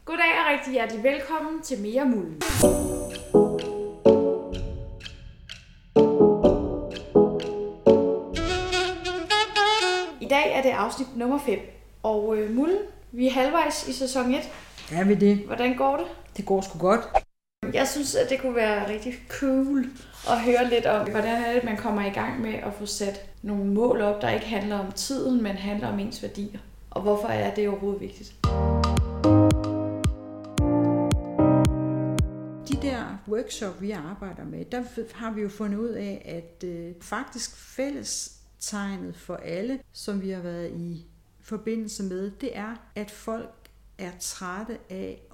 Goddag og rigtig hjertelig velkommen til Mere Mulden. I dag er det afsnit nummer 5, og Mulden, vi er halvvejs i sæson 1. Er vi det? Hvordan går det? Det går sgu godt. Jeg synes, at det kunne være rigtig cool at høre lidt om, hvordan er det, man kommer i gang med at få sat nogle mål op, der ikke handler om tiden, men handler om ens værdier. Og hvorfor er det overhovedet vigtigt? De der workshop, vi arbejder med, der har vi jo fundet ud af, at faktisk fællestegnet for alle, som vi har været i forbindelse med, det er, at folk er trætte af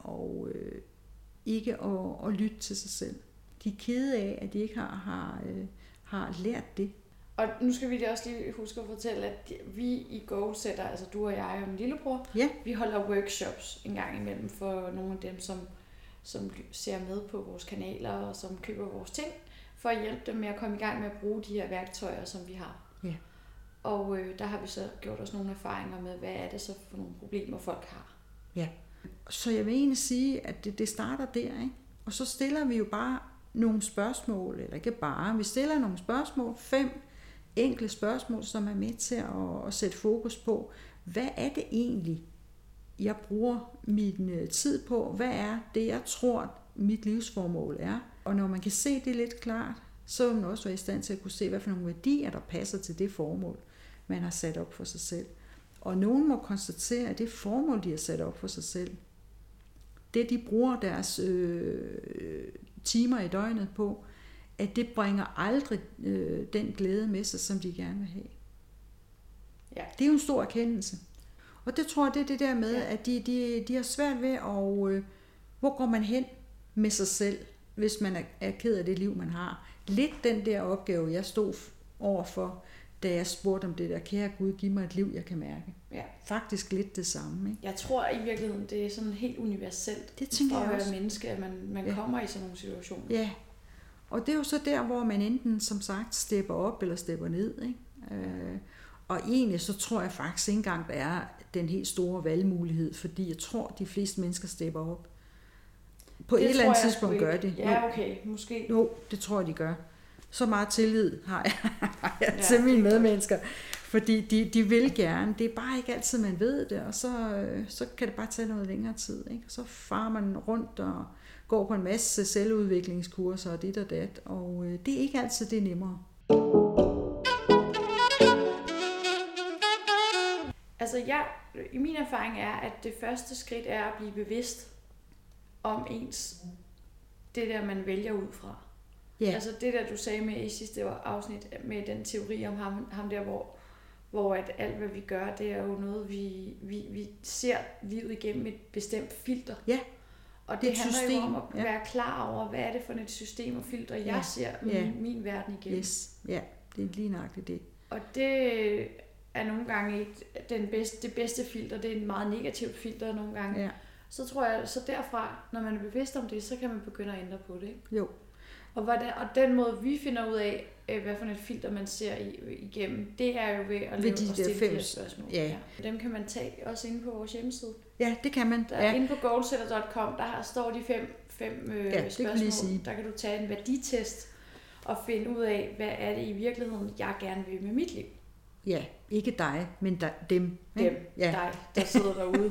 ikke at lytte til sig selv. De er kede af, at de ikke har lært det. Og nu skal vi også lige huske at fortælle, at vi i GoSetter, altså du og jeg og min lillebror, vi holder workshops en gang imellem for nogle af dem, som ser med på vores kanaler og som køber vores ting, for at hjælpe dem med at komme i gang med at bruge de her værktøjer, som vi har. Ja. Og der har vi så gjort os nogle erfaringer med, hvad er det så for nogle problemer, folk har. Ja. Så jeg vil egentlig sige, at det starter der, ikke? Og så stiller vi jo bare nogle spørgsmål, eller ikke bare, vi stiller nogle spørgsmål, 5 enkle spørgsmål, som er med til at sætte fokus på, hvad er det egentlig, jeg bruger min tid på? Hvad er det, jeg tror, mit livsformål er? Og når man kan se det lidt klart, så vil man også være i stand til at kunne se, hvad for nogle værdier, der passer til det formål, man har sat op for sig selv. Og nogen må konstatere, at det formål, de har sat op for sig selv, det de bruger deres timer i døgnet på, at det bringer aldrig den glæde med sig, som de gerne vil have. Ja. Det er jo en stor erkendelse. Og det tror jeg, det er det der med, at de har svært ved at, hvor går man hen med sig selv, hvis man er ked af det liv, man har. Lidt den der opgave, jeg stod overfor, da jeg spurgte om det der, kære Gud, giv mig et liv, jeg kan mærke. Ja. Faktisk lidt det samme. Ikke? Jeg tror i virkeligheden, det er sådan helt universelt. Det tænker for jeg at også. være menneske, at man kommer i sådan nogle situationer. Ja, og det er jo så der, hvor man enten, som sagt, stepper op eller stepper ned. Ikke? Og egentlig så tror jeg faktisk ikke engang, der er den helt store valgmulighed, fordi jeg tror, de fleste mennesker stepper op. På et eller andet tidspunkt gør de. Ja, okay, måske. Jo, det tror jeg, de gør. Så meget tillid har jeg til mine medmennesker. Fordi de vil gerne. Det er bare ikke altid, man ved det, og så kan det bare tage noget længere tid. Ikke? Så farer man rundt og går på en masse selvudviklingskurser og dit og dat, og det er ikke altid det nemmere. Altså i min erfaring er, at det første skridt er at blive bevidst om det der, man vælger ud fra. Yeah. Altså det der, du sagde med i sidste afsnit, med den teori om ham der, hvor at alt, hvad vi gør, det er jo noget, vi ser livet igennem et bestemt filter. Ja. Yeah. Og det handler jo om at være klar over, hvad er det for et system og filter, jeg ser min verden igennem. Yes. Ja, det er lige nøjagtigt det. Og det er nogle gange ikke det bedste filter, det er en meget negativt filter nogle gange. Ja. Så tror jeg, så derfra, når man er bevidst om det, så kan man begynde at ændre på det. Ikke? Jo. Og den måde, vi finder ud af, hvad for et filter man ser igennem, det er jo ved at stille de her spørgsmål. Ja. Dem kan man tage også inde på vores hjemmeside. Ja, det kan man. Inde på goalsetter.com, der står de 5 spørgsmål. Der kan du tage en værditest og finde ud af, hvad er det i virkeligheden, jeg gerne vil med mit liv. Ja, ikke dig, men dem. Dig, der sidder derude.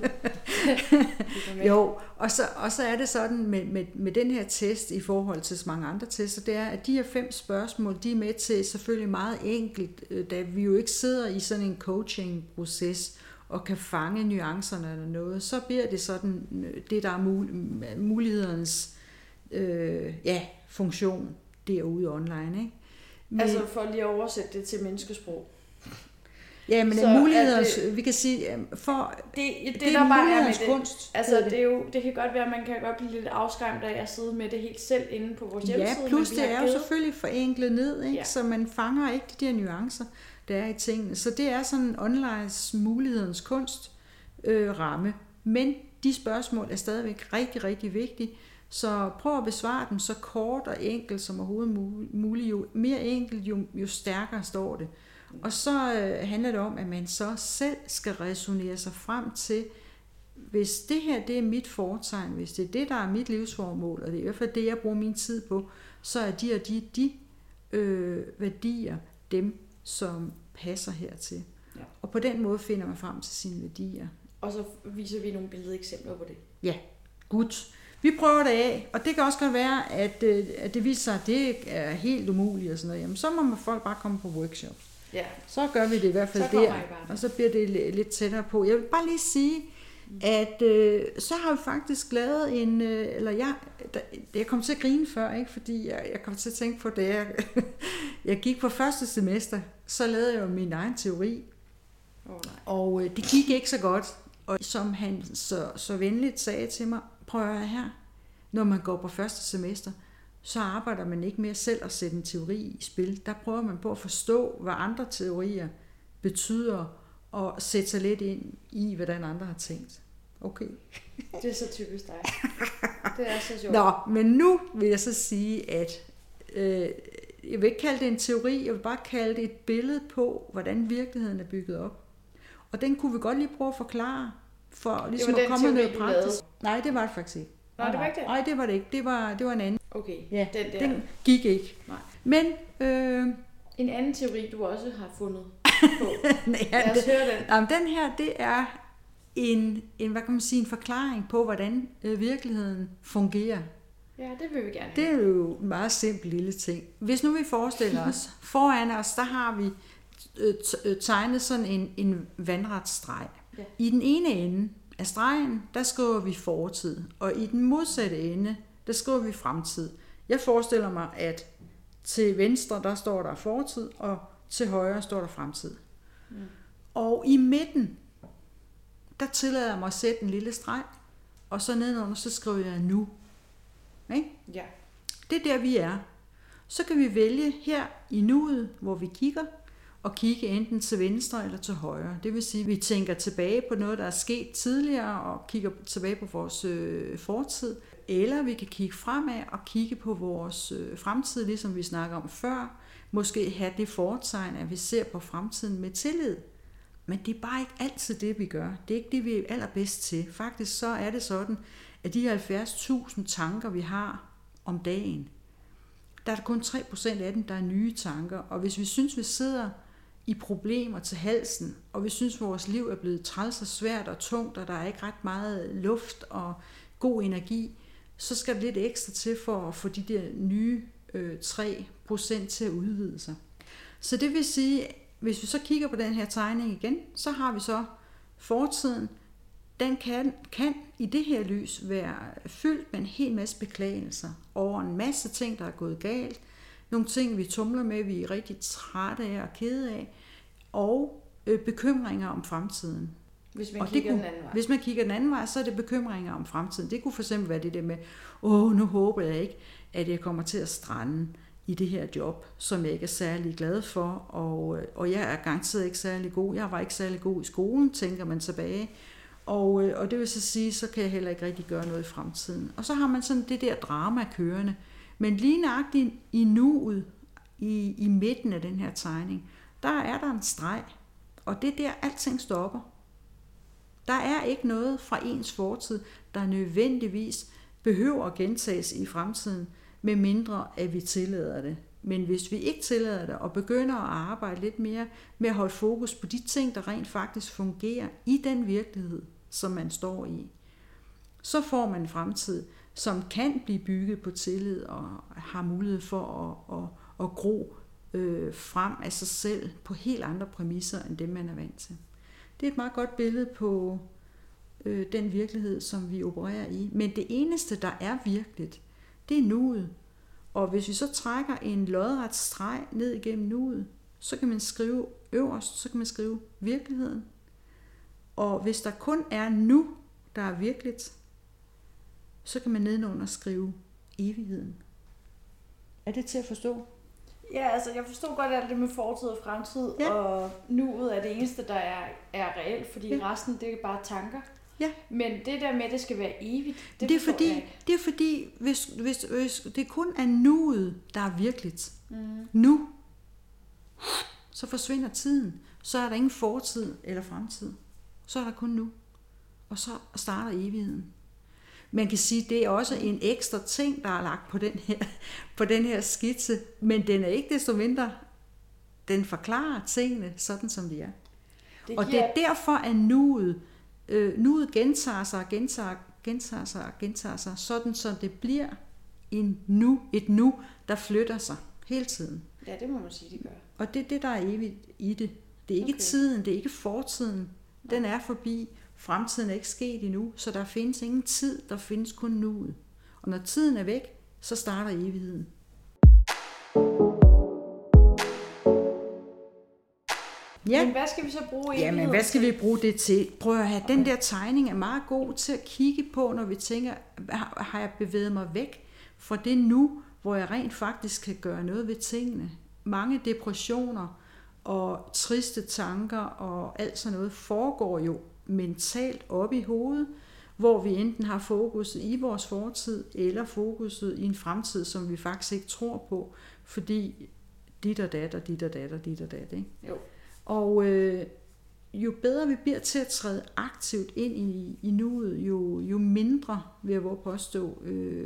Jo, og så er det sådan med den her test i forhold til så mange andre tester, det er, at de her 5 spørgsmål, de er med til selvfølgelig meget enkelt, da vi jo ikke sidder i sådan en coaching-proces og kan fange nuancerne eller noget, så bliver det sådan, det der er mulighedernes funktion derude online. Ikke? Men, altså for lige at oversætte det til menneskesprog. Ja, men muligheders, vi kan sige, for det der bare er med det, kunst. Altså det kan godt være, at man kan godt blive lidt afskræmt af at sidde med det helt selv inde på vores hjemmeside. Ja, plus det er jo selvfølgelig forenklet ned, ikke? Så man fanger ikke de der nuancer, der er i tingene. Så det er sådan en online mulighedens kunst ramme. Men de spørgsmål er stadigvæk rigtig, rigtig vigtige. Så prøv at besvare dem så kort og enkelt som overhovedet muligt. Jo mere enkelt, jo stærkere står det. Og så handler det om, at man så selv skal resonere sig frem til, hvis det her det er mit fortegn, hvis det er det, der er mit livsformål, og det er i hvert fald det, jeg bruger min tid på, så er de og de værdier dem, som passer hertil. Ja. Og på den måde finder man frem til sine værdier. Og så viser vi nogle billedeksempler på det. Ja, godt. Vi prøver det af, og det kan også godt være, at det viser sig, at det er helt umuligt og sådan noget. Jamen, så må folk bare komme på workshops. Ja. Så gør vi det i hvert fald der, og så bliver det lidt tættere på. Jeg vil bare lige sige, at så har vi faktisk lavet en, jeg kom til at grine før, ikke? Fordi jeg kom til at tænke på det, jeg gik på første semester, så lavede jeg jo min egen teori, og det gik ikke så godt, og som han så venligt sagde til mig, prøv at høre her, når man går på første semester, så arbejder man ikke mere selv at sætte en teori i spil. Der prøver man på at forstå, hvad andre teorier betyder, og sætte sig lidt ind i, hvordan andre har tænkt. Okay. Det er så typisk dig. Det er så sjovt. Nå, men nu vil jeg så sige, at jeg vil ikke kalde det en teori, jeg vil bare kalde det et billede på, hvordan virkeligheden er bygget op. Og den kunne vi godt lige prøve at forklare, for ligesom at komme noget praktisk. Nej, det var det faktisk ikke. Nej, det var ikke det? Nej, det var det ikke. Det var en anden. Okay, ja, den gik ikke. Nej. Men en anden teori, du også har fundet på. Lad os høre den. Jamen, den her, det er en, hvad kan man sige, en forklaring på, hvordan virkeligheden fungerer. Ja, det vil vi gerne have. Det er jo en meget simpel lille ting. Hvis nu vi forestiller os, foran os, der har vi tegnet sådan en vandret streg. Ja. I den ene ende af stregen, der skriver vi fortid, og i den modsatte ende, der skriver vi fremtid. Jeg forestiller mig, at til venstre, der står der fortid, og til højre står der fremtid. Mm. Og i midten, der tillader jeg mig at sætte en lille streg, og så nedenunder, så skriver jeg nu. Okay? Ja. Det er der, vi er. Så kan vi vælge her i nuet, hvor vi kigger, og kigge enten til venstre eller til højre. Det vil sige, at vi tænker tilbage på noget, der er sket tidligere, og kigger tilbage på vores fortid. Eller vi kan kigge fremad og kigge på vores fremtid, ligesom vi snakker om før. Måske have det fortegn, at vi ser på fremtiden med tillid. Men det er bare ikke altid det, vi gør. Det er ikke det, vi er allerbedst til. Faktisk så er det sådan, at de 70.000 tanker, vi har om dagen, der er der kun 3% af dem, der er nye tanker. Og hvis vi synes, vi sidder i problemer til halsen, og vi synes, vores liv er blevet træls og svært og tungt, og der er ikke ret meget luft og god energi, så skal der lidt ekstra til for at få de der nye 3% til at udvide sig. Så det vil sige, hvis vi så kigger på den her tegning igen, så har vi så fortiden. Den kan i det her lys være fyldt med en hel masse beklagelser over en masse ting, der er gået galt. Nogle ting, vi tumler med, vi er rigtig trætte af og kede af. Og bekymringer om fremtiden. Hvis man kigger den anden vej. Hvis man kigger den anden vej, så er det bekymringer om fremtiden. Det kunne for eksempel være det der med, nu håber jeg ikke, at jeg kommer til at strande i det her job, som jeg ikke er særlig glad for, og jeg er garanteret ikke særlig god. Jeg var ikke særlig god i skolen, tænker man tilbage. Og det vil så sige, så kan jeg heller ikke rigtig gøre noget i fremtiden. Og så har man sådan det der drama kørende. Men lige nøjagtigt i nuet, i midten af den her tegning, der er der en streg. Og det er der, alting stopper. Der er ikke noget fra ens fortid, der nødvendigvis behøver at gentages i fremtiden, med mindre at vi tillader det. Men hvis vi ikke tillader det, og begynder at arbejde lidt mere med at holde fokus på de ting, der rent faktisk fungerer i den virkelighed, som man står i, så får man en fremtid, som kan blive bygget på tillid og har mulighed for at gro frem af sig selv på helt andre præmisser, end dem man er vant til. Det er et meget godt billede på den virkelighed, som vi opererer i. Men det eneste, der er virkeligt, det er nuet. Og hvis vi så trækker en lodret streg ned igennem nuet, så kan man skrive øverst, så kan man skrive virkeligheden. Og hvis der kun er nu, der er virkeligt, så kan man nedenunder skrive evigheden. Er det til at forstå? Ja, altså jeg forstår godt alt det med fortid og fremtid, ja. Og nuet er det eneste, der er reelt, fordi resten det er bare tanker. Ja. Men det der med, at det skal være evigt, det er fordi, hvis det kun er nuet, der er virkeligt, nu, så forsvinder tiden. Så er der ingen fortid eller fremtid. Så er der kun nu. og så starter evigheden. Man kan sige, det er også en ekstra ting, der er lagt på den her skitse, men den er ikke desto mindre, den forklarer tingene sådan, som de er. Og det er derfor, at nuet gentager sig, sådan som det bliver et nu, der flytter sig hele tiden. Ja, det må man sige, det gør. Og det er det, der er evigt i det. Det er ikke tiden, det er ikke fortiden. Den er forbi. Fremtiden er ikke sket endnu, så der findes ingen tid, der findes kun nuet. Og når tiden er væk, så starter evigheden. Ja. Men hvad skal vi så bruge evigheden? Jamen, hvad skal vi bruge det til? Prøv at have, den der tegning er meget god til at kigge på, når vi tænker, har jeg bevæget mig væk fra det nu, hvor jeg rent faktisk kan gøre noget ved tingene. Mange depressioner og triste tanker og alt sådan noget foregår jo mentalt op i hovedet, hvor vi enten har fokuset i vores fortid, eller fokuset i en fremtid, som vi faktisk ikke tror på, fordi dit og dat. Ikke? Jo. Og jo bedre vi bliver til at træde aktivt ind i nuet, jo mindre, vil jeg våge påstå,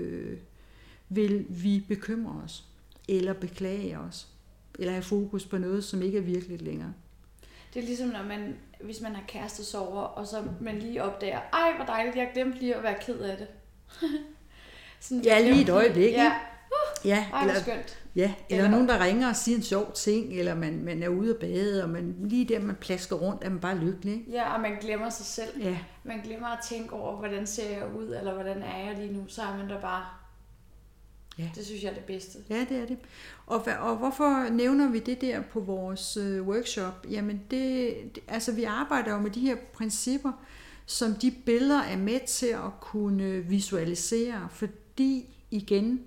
vil vi bekymre os, eller beklage os, eller have fokus på noget, som ikke er virkeligt længere. Det er ligesom, hvis man har kærestesorger, og så man lige opdager, ej, hvor dejligt, jeg glemte lige at være ked af det. Sådan, ja, lige et øjeblik, ja. Ja, ej, hvor skønt. Ja, eller nogen, der ringer og siger en sjov ting, eller man er ude at bade, og lige der, man plasker rundt, er man bare lykkelig. Ikke? Ja, og man glemmer sig selv. Ja. Man glemmer at tænke over, hvordan ser jeg ud, eller hvordan er jeg lige nu, så er man der bare. Ja. Det synes jeg er det bedste. Ja, det er det. Og hvorfor nævner vi det der på vores workshop? Jamen, altså vi arbejder jo med de her principper, som de billeder er med til at kunne visualisere, fordi igen,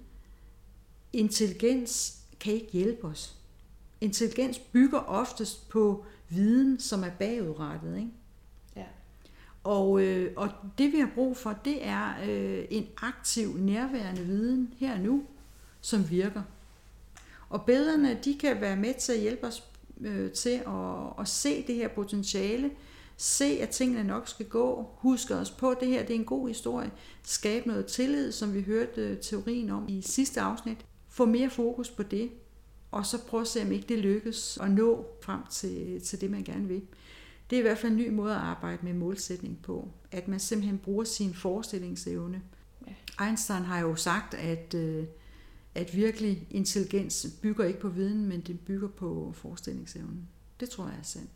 intelligens kan ikke hjælpe os. Intelligens bygger oftest på viden, som er bagudrettet, ikke? Ja. Og det vi har brug for, det er en aktiv, nærværende viden her og nu, som virker. Og billederne, de kan være med til at hjælpe os til at se det her potentiale, se at tingene nok skal gå, huske os på, at det her det er en god historie, skabe noget tillid, som vi hørte teorien om i sidste afsnit, få mere fokus på det, og så prøve at se, om ikke det lykkes at nå frem til det, man gerne vil. Det er i hvert fald en ny måde at arbejde med målsætning på, at man simpelthen bruger sin forestillingsevne. Ja. Einstein har jo sagt, at virkelig intelligens bygger ikke på viden, men det bygger på forestillingsevnen. Det tror jeg er sandt.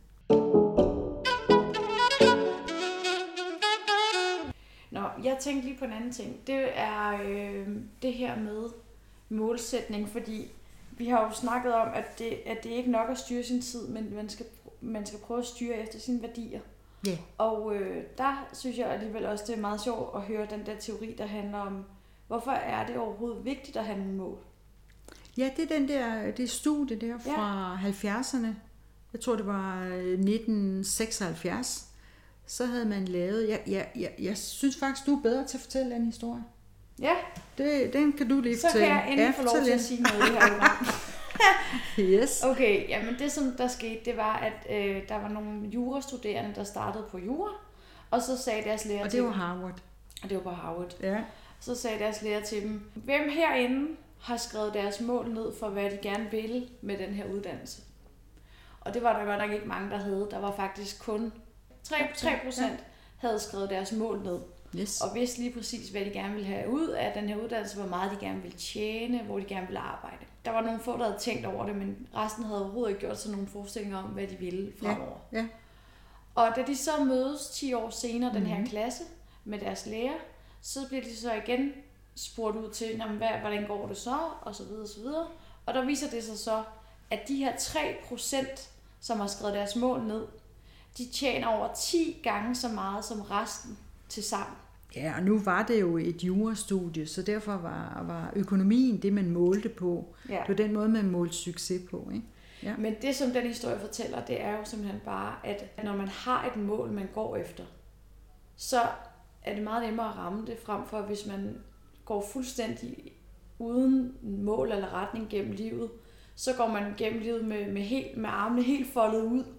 Nå, jeg tænkte lige på en anden ting. Det er det her med målsætning, fordi vi har jo snakket om, at det ikke nok at styre sin tid, men man skal prøve at styre efter sine værdier. Yeah. Og der synes jeg alligevel også, det er meget sjovt at høre den der teori, der handler om, hvorfor er det overhovedet vigtigt at have nogle mål? Ja, det er det studie der fra 70'erne. Jeg tror, det var 1976. Så havde man lavet... Jeg synes faktisk, du er bedre til at fortælle den historie. Ja. Den kan du lige fortælle. Så kan jeg endelig få lov til at sige noget her. Yes. Okay, jamen det som der skete, det var, at der var nogle jurastuderende, der startede på jura, og så sagde deres lærer til dem... Og det var Harvard. Og det var på Harvard. Ja. Så sagde deres lærer til dem, hvem herinde har skrevet deres mål ned for, hvad de gerne vil med den her uddannelse? Og det var der godt nok ikke mange, der havde. Der var faktisk kun 3% havde skrevet deres mål ned. Yes. Og vidste lige præcis, hvad de gerne ville have ud af den her uddannelse, hvor meget de gerne ville tjene, hvor de gerne ville arbejde. Der var nogle få, der havde tænkt over det, men resten havde overhovedet ikke gjort sig nogle forestillinger om, hvad de ville fremover. Ja. Og da de så mødes 10 år senere, den her klasse, med deres lærer, så bliver de så igen spurgt ud til, hvordan går det så, og så videre, og så videre. Og der viser det sig så, at de her 3%, som har skrevet deres mål ned, de tjener over 10 gange så meget som resten til sammen. Ja, og nu var det jo et jurastudie, så derfor var økonomien det, man målte på. Ja. Det var den måde, man målte succes på. Ikke? Ja. Men det, som den historie fortæller, det er jo simpelthen bare, at når man har et mål, man går efter, så er det meget nemmere at ramme det, frem for hvis man går fuldstændig uden mål eller retning gennem livet, så går man gennem livet med armene helt foldet ud,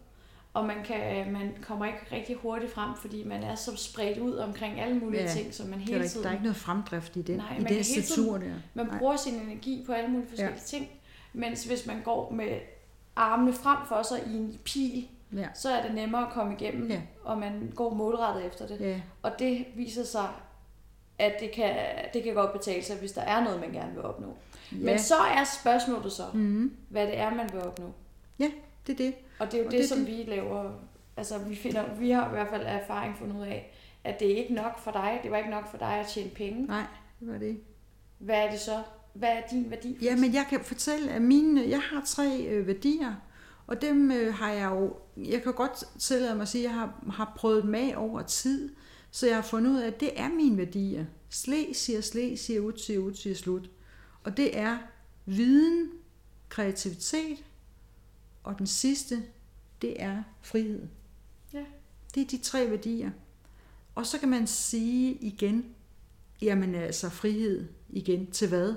og man kommer ikke rigtig hurtigt frem, fordi man er så spredt ud omkring alle mulige ting, så man hele tiden... Der er ikke noget fremdrift i den, i den struktur der. Man bruger sin energi på alle mulige forskellige ting, mens hvis man går med armene frem for sig i en pil, så er det nemmere at komme igennem, og man går målrettet efter det. Ja. Og det viser sig, at det kan godt betale sig, hvis der er noget, man gerne vil opnå. Ja. Men så er spørgsmålet så, hvad det er, man vil opnå. Ja, det er det. Og det er jo det, som vi laver. Altså, vi har i hvert fald erfaring fundet ud af, at det er ikke nok for dig. Det var ikke nok for dig at tjene penge. Nej, det var det. Hvad er det så? Hvad er din værdi? Jamen, jeg kan fortælle, at jeg har 3 værdier, og dem har jeg jo... Jeg kan godt tillade mig at sige, at jeg har prøvet dem af over tid, så jeg har fundet ud af, at det er mine værdier. Sle siger ud, siger slut. Og det er viden, kreativitet, og den sidste, det er frihed. Ja. Det er de 3 værdier. Og så kan man sige igen, jamen altså frihed igen til hvad?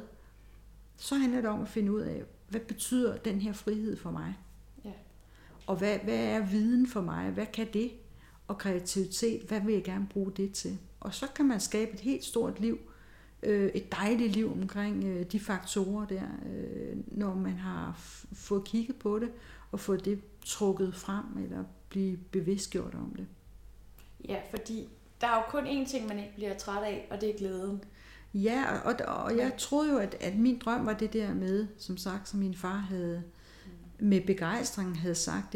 Så handler det om at finde ud af, hvad betyder den her frihed for mig? Ja. Og hvad er viden for mig? Hvad kan det? Og kreativitet, hvad vil jeg gerne bruge det til? Og så kan man skabe et helt stort liv, et dejligt liv omkring de faktorer der, når man har fået kigget på det, og fået det trukket frem, eller blive bevidstgjort om det. Ja, fordi der er jo kun én ting, man ikke bliver træt af, og det er glæden. Ja, og jeg troede jo, at min drøm var det der med, som sagt, som min far havde med begejstring havde sagt,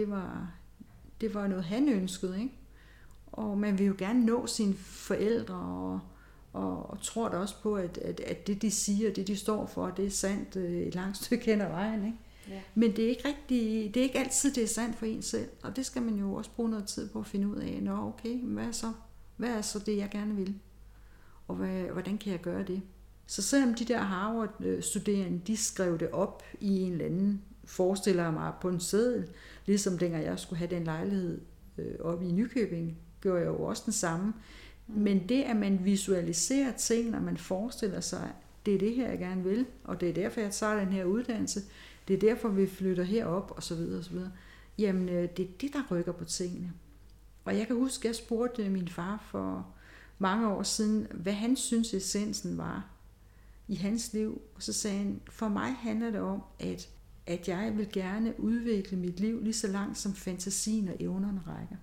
det var noget, han ønskede, ikke? Og man vil jo gerne nå sine forældre, og tror da også på, at det, de siger, det, de står for, det er sandt et langt stykke hen ad vejen, ikke? Ja. Men det er ikke altid, det er sandt for en selv, og det skal man jo også bruge noget tid på at finde ud af. Nå, okay, hvad er så det, jeg gerne vil? Og hvordan kan jeg gøre det? Så selvom de der Harvard-studerende, de skrev det op i en eller anden, forestiller jeg mig, på en seddel, ligesom dengang jeg skulle have den lejlighed oppe i Nykøbing, gjorde jeg jo også den samme. Men det, at man visualiserer ting, når man forestiller sig, det er det her, jeg gerne vil, og det er derfor, jeg tager den her uddannelse, det er derfor, vi flytter herop, og så videre, og så videre. Jamen, det er det, der rykker på tingene. Og jeg kan huske, at jeg spurgte min far for mange år siden, hvad han synes essensen var i hans liv. Og så sagde han, for mig handler det om, at jeg vil gerne udvikle mit liv lige så langt, som fantasien og evnerne rækker.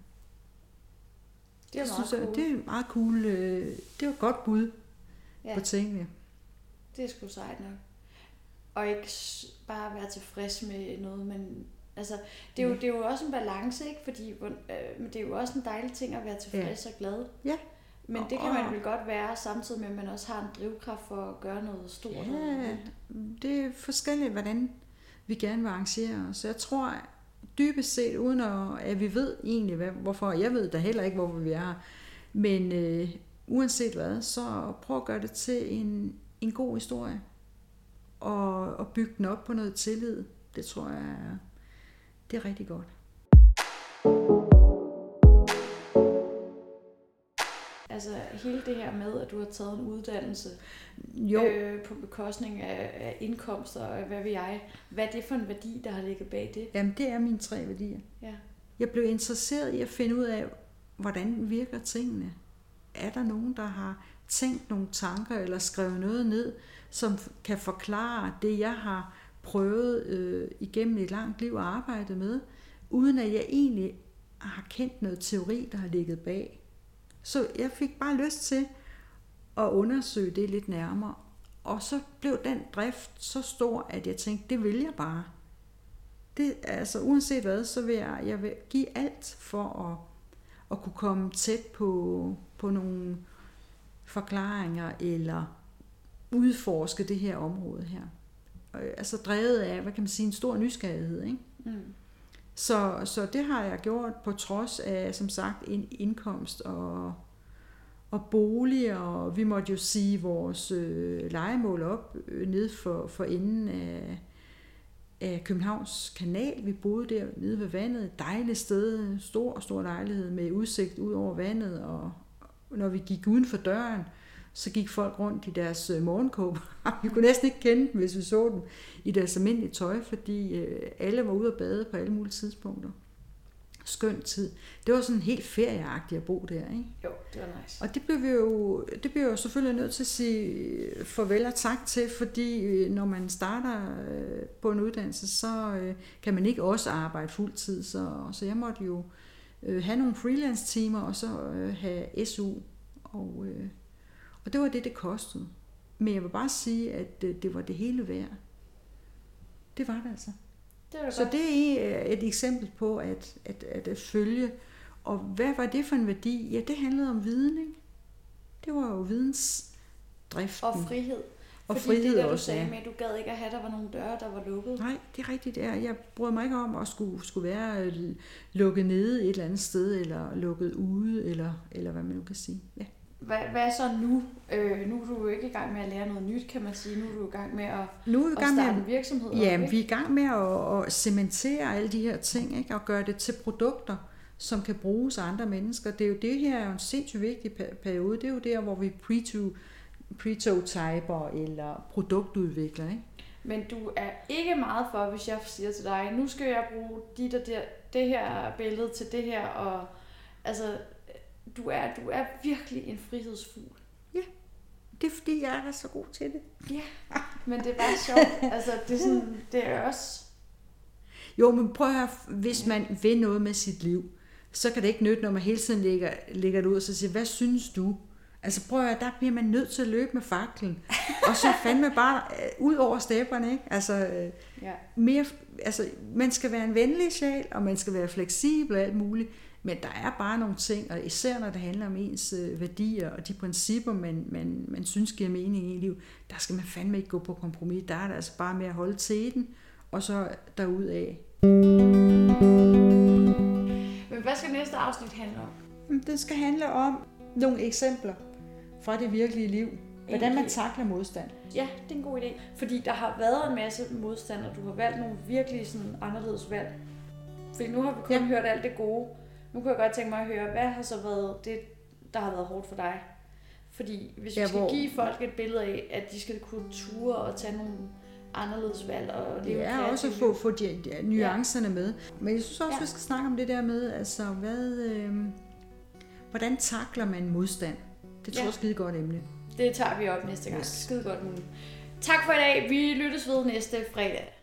Det er meget cool. Det er meget cool. Det var et godt bud på tingene. Det er sgu sejt nok. Og ikke bare være tilfreds med noget, men altså, det er jo også en balance, ikke? Fordi det er jo også en dejlig ting at være tilfreds og glad. Ja. Men det kan man vel godt være, samtidig med, at man også har en drivkraft for at gøre noget stort. Ja, det er forskelligt, hvordan vi gerne vil arrangere os. Jeg tror dybest set, uden at vi ved egentlig, hvorfor. Jeg ved da heller ikke, hvorfor vi er her. Men uanset hvad, så prøv at gøre det til en god historie. Og bygge den op på noget tillid. Det tror jeg, det er rigtig godt. Altså hele det her med, at du har taget en uddannelse på bekostning af indkomster og hvad ved jeg. Hvad er det for en værdi, der har ligget bag det? Jamen det er mine 3 værdier. Ja. Jeg blev interesseret i at finde ud af, hvordan virker tingene. Er der nogen, der har tænkt nogle tanker eller skrevet noget ned, som kan forklare det, jeg har prøvet igennem et langt liv og arbejdet med, uden at jeg egentlig har kendt noget teori, der har ligget bag. Så jeg fik bare lyst til at undersøge det lidt nærmere. Og så blev den drift så stor, at jeg tænkte, det vil jeg bare. Det, altså uanset hvad, så vil jeg vil give alt for at kunne komme tæt på nogle forklaringer eller udforske det her område her. Altså drevet af, hvad kan man sige, en stor nysgerrighed, ikke? Mm. Så det har jeg gjort på trods af, som sagt, en indkomst og bolig, og vi måtte jo sige vores lejemål op nede for enden af Københavns Kanal. Vi boede der nede ved vandet, dejligt sted, stor lejlighed med udsigt ud over vandet, og når vi gik uden for døren, så gik folk rundt i deres morgenkåber. Vi kunne næsten ikke kende dem, hvis vi så dem i deres almindelige tøj, fordi alle var ude at bade på alle mulige tidspunkter. skøn tid. Det var sådan helt ferieagtigt at bo der, ikke? Jo, det var nice. Og det blev jo selvfølgelig nødt til at sige farvel og tak til, fordi når man starter på en uddannelse, så kan man ikke også arbejde fuldtid. Så jeg måtte jo have nogle freelance-timer, og så have SU. Og det var det kostede. Men jeg vil bare sige, at det var det hele værd. Det var det altså. Så det er et eksempel på at følge. Og hvad var det for en værdi? Ja, det handlede om viden, ikke? Det var jo vidensdriften. Og frihed. Og fordi frihed det der, du også, sagde med, at du gad ikke at have, der var nogle døre, der var lukket. Nej, det er rigtigt. Jeg brød mig ikke om at skulle være lukket nede et eller andet sted, eller lukket ude, eller hvad man nu kan sige. Ja. Hvad er så nu? Nu er du jo ikke i gang med at lære noget nyt, kan man sige. Nu er du i gang med at starte en virksomhed. Ja, vi er i gang med at cementere alle de her ting, ikke? Og gøre det til produkter, som kan bruges af andre mennesker. Det her er jo en sindssygt vigtig periode. Det er jo der, hvor vi prototyper eller produktudvikler, ikke? Men du er ikke meget for, hvis jeg siger til dig, nu skal jeg bruge det her billede til det her, og altså, du er virkelig en frihedsfugl. Ja, det er fordi, jeg er så god til det. Ja, men det er bare sjovt. Altså, det er også... Jo, men prøv at høre, hvis man vil noget med sit liv, så kan det ikke nytte, når man hele tiden lægger det ud og så siger, hvad synes du? Altså prøv at høre, der bliver man nødt til at løbe med faklen, og så fandme bare ud over stepperne, ikke? Altså, mere, altså, man skal være en venlig sjæl, og man skal være fleksibel og alt muligt, men der er bare nogle ting, og især når det handler om ens værdier og de principper, man synes giver mening i liv, der skal man fandme ikke gå på kompromis. Der er det altså bare med at holde til den, og så derudaf. Men hvad skal næste afsnit handle om? Det skal handle om nogle eksempler fra det virkelige liv. Hvordan man takler modstand. Ja, det er en god idé. Fordi der har været en masse modstand, og du har valgt nogle virkelig sådan anderledes valg. Fordi nu har vi kun hørt alt det gode. Nu kunne jeg godt tænke mig at høre, hvad har så været det, der har været hårdt for dig? Fordi hvis vi skal give folk et billede af, at de skal kunne ture og tage nogle anderledes valg og leve kreativt. Ja, også få de nuancerne med. Men jeg synes også, vi skal snakke om det der med, altså hvordan takler man modstand? Det tror jeg er skide godt emne. Det tager vi op næste gang. Skide godt nu. Tak for i dag. Vi lyttes ved næste fredag.